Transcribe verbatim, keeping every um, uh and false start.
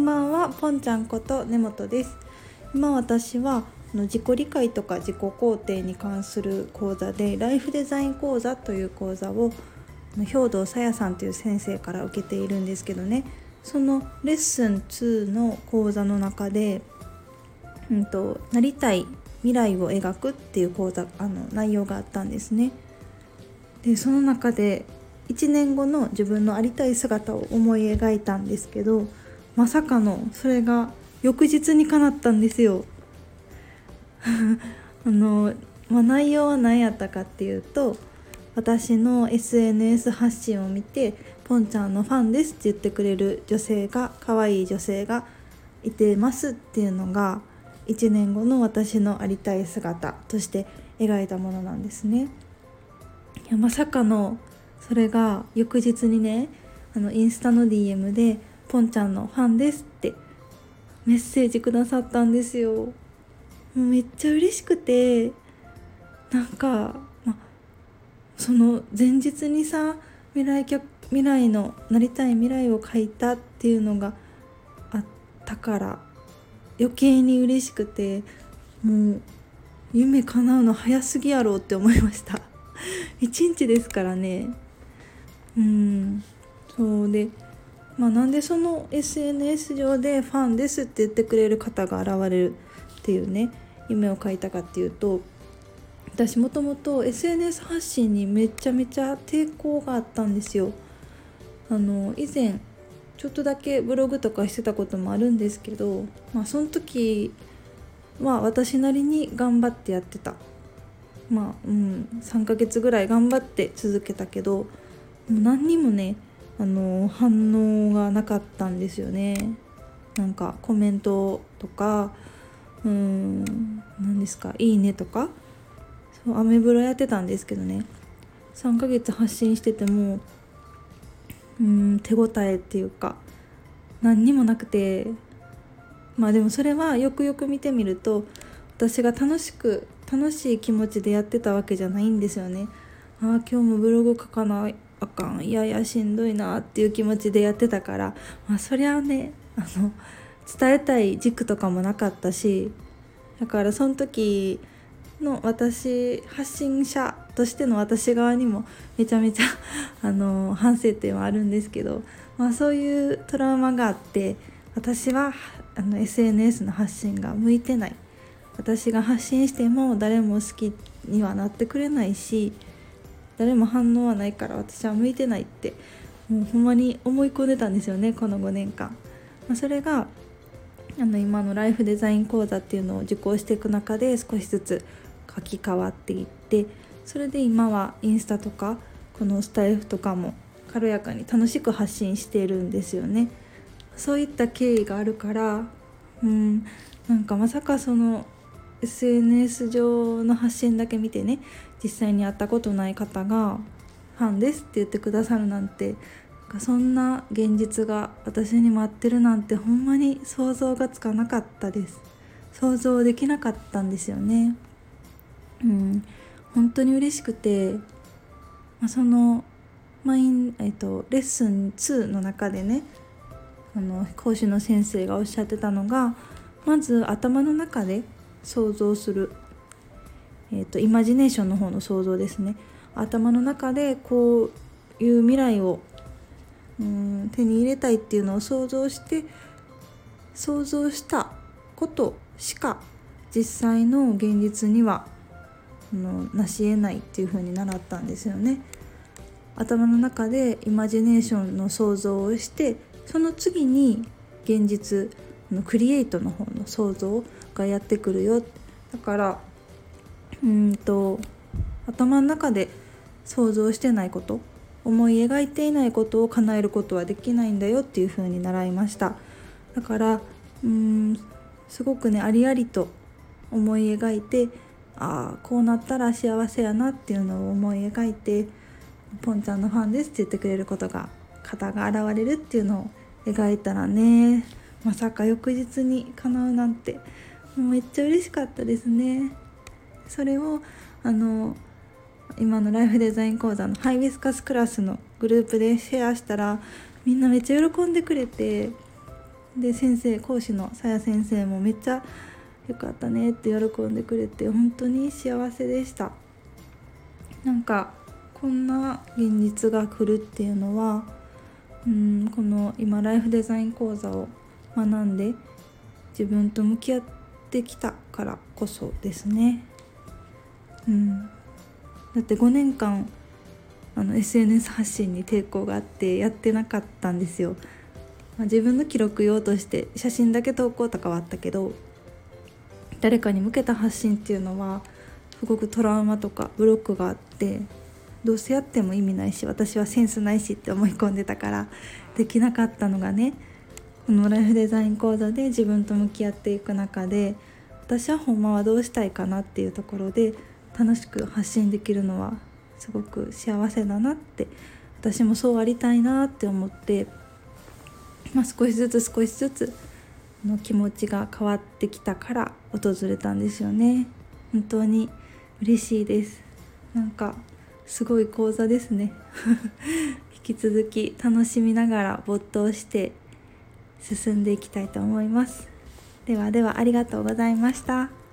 ばんは、ぽんちゃんこと根本です。今私は自己理解とか自己肯定に関する講座でライフデザイン講座という講座を兵藤さやさんという先生から受けているんですけどね、そのレッスンにの講座の中で、うんと、なりたい未来を描くっていう講座あの内容があったんですね。でその中でいちねんごの自分のありたい姿を思い描いたんですけど、まさかのそれが翌日に叶ったんですよあの、まあ、内容は何やったかっていうと、私の エスエヌエス 発信を見てポンちゃんのファンですって言ってくれる女性が可愛い女性がいてますっていうのがいちねんごの私のありたい姿として描いたものなんですね。いやまさかのそれが翌日にね、あのインスタの ディーエム でポンちゃんのファンですってメッセージくださったんですよ。もうめっちゃ嬉しくて、なんか、ま、その前日にさ未来曲未来のなりたい未来を書いたっていうのがあったから余計に嬉しくて、もう夢叶うの早すぎやろうって思いました一日ですからね。うんそうで、まあ、なんでその エスエヌエス 上でファンですって言ってくれる方が現れるっていうね夢を書いたかっていうと、私もともと エスエヌエス 発信にめちゃめちゃ抵抗があったんですよ。あの以前ちょっとだけブログとかしてたこともあるんですけど、まあその時は私なりに頑張ってやってた。まあうんさんかげつぐらい頑張って続けたけど、もう何にもねあの反応がなかったんですよね。なんかコメントとかうーん何ですかいいねとか、そうアメブロやってたんですけどね、さんかげつ発信しててもうーん手応えっていうか何にもなくて、まあでもそれはよくよく見てみると私が楽しく楽しい気持ちでやってたわけじゃないんですよね。ああ今日もブログ書かないあかん、いやいやしんどいなっていう気持ちでやってたから、まあそりゃねあの伝えたい軸とかもなかったし、だからその時の私発信者としての私側にもめちゃめちゃあの反省点はあるんですけど、まあ、そういうトラウマがあって、私はあの エスエヌエス の発信が向いてない、私が発信しても誰も好きにはなってくれないし誰も反応はないから私は向いてないってもうほんまに思い込んでたんですよね、このごねんかん。まあ、それがあの今のライフデザイン講座っていうのを受講していく中で少しずつ書き換わっていって、それで今はインスタとかこのスタイフとかも軽やかに楽しく発信しているんですよね。そういった経緯があるからうんなんかまさかその エスエヌエス 上の発信だけ見てね、実際に会ったことない方がファンですって言ってくださるなんて、そんな現実が私に待ってるなんてほんまに想像がつかなかったです。想像できなかったんですよね。うん本当に嬉しくて、まあ、そのマイン、えっと、レッスンにの中でね、あの講師の先生がおっしゃってたのが、まず頭の中で想像する、えっと、イマジネーションの方の想像ですね。頭の中でこういう未来をうん手に入れたいっていうのを想像して、想像したことしか実際の現実にはあの成し得ないっていう風に習ったんですよね。頭の中でイマジネーションの想像をして、その次に現実のクリエイトの方の想像がやってくるよ。だからうんと頭の中で想像してないこと、思い描いていないことを叶えることはできないんだよっていう風に習いました。だからうーんすごくねありありと思い描いて、ああこうなったら幸せやなっていうのを思い描いて、ポンちゃんのファンですって言ってくれることが方が現れるっていうのを描いたらね、まさか翌日に叶うなんてもうめっちゃ嬉しかったですね。それをあの今のライフデザイン講座のハイビスカスクラスのグループでシェアしたらみんなめっちゃ喜んでくれて、 で先生講師のさや先生もめっちゃよかったねって喜んでくれて本当に幸せでした。なんかこんな現実が来るっていうのはうんこの今ライフデザイン講座を学んで自分と向き合ってきたからこそですね。うん、だってごねんかんあの エスエヌエス 発信に抵抗があってやってなかったんですよ。まあ、自分の記録用として写真だけ投稿とかはあったけど、誰かに向けた発信っていうのはすごくトラウマとかブロックがあって、どうせやっても意味ないし私はセンスないしって思い込んでたからできなかったのがね、このライフデザイン講座で自分と向き合っていく中で、私はほんまはどうしたいかなっていうところで楽しく発信できるのはすごく幸せだなって、私もそうありたいなって思って、まあ、少しずつ少しずつの気持ちが変わってきたから訪れたんですよね。本当に嬉しいです。なんかすごい講座ですね引き続き楽しみながら没頭して進んでいきたいと思います。ではではありがとうございました。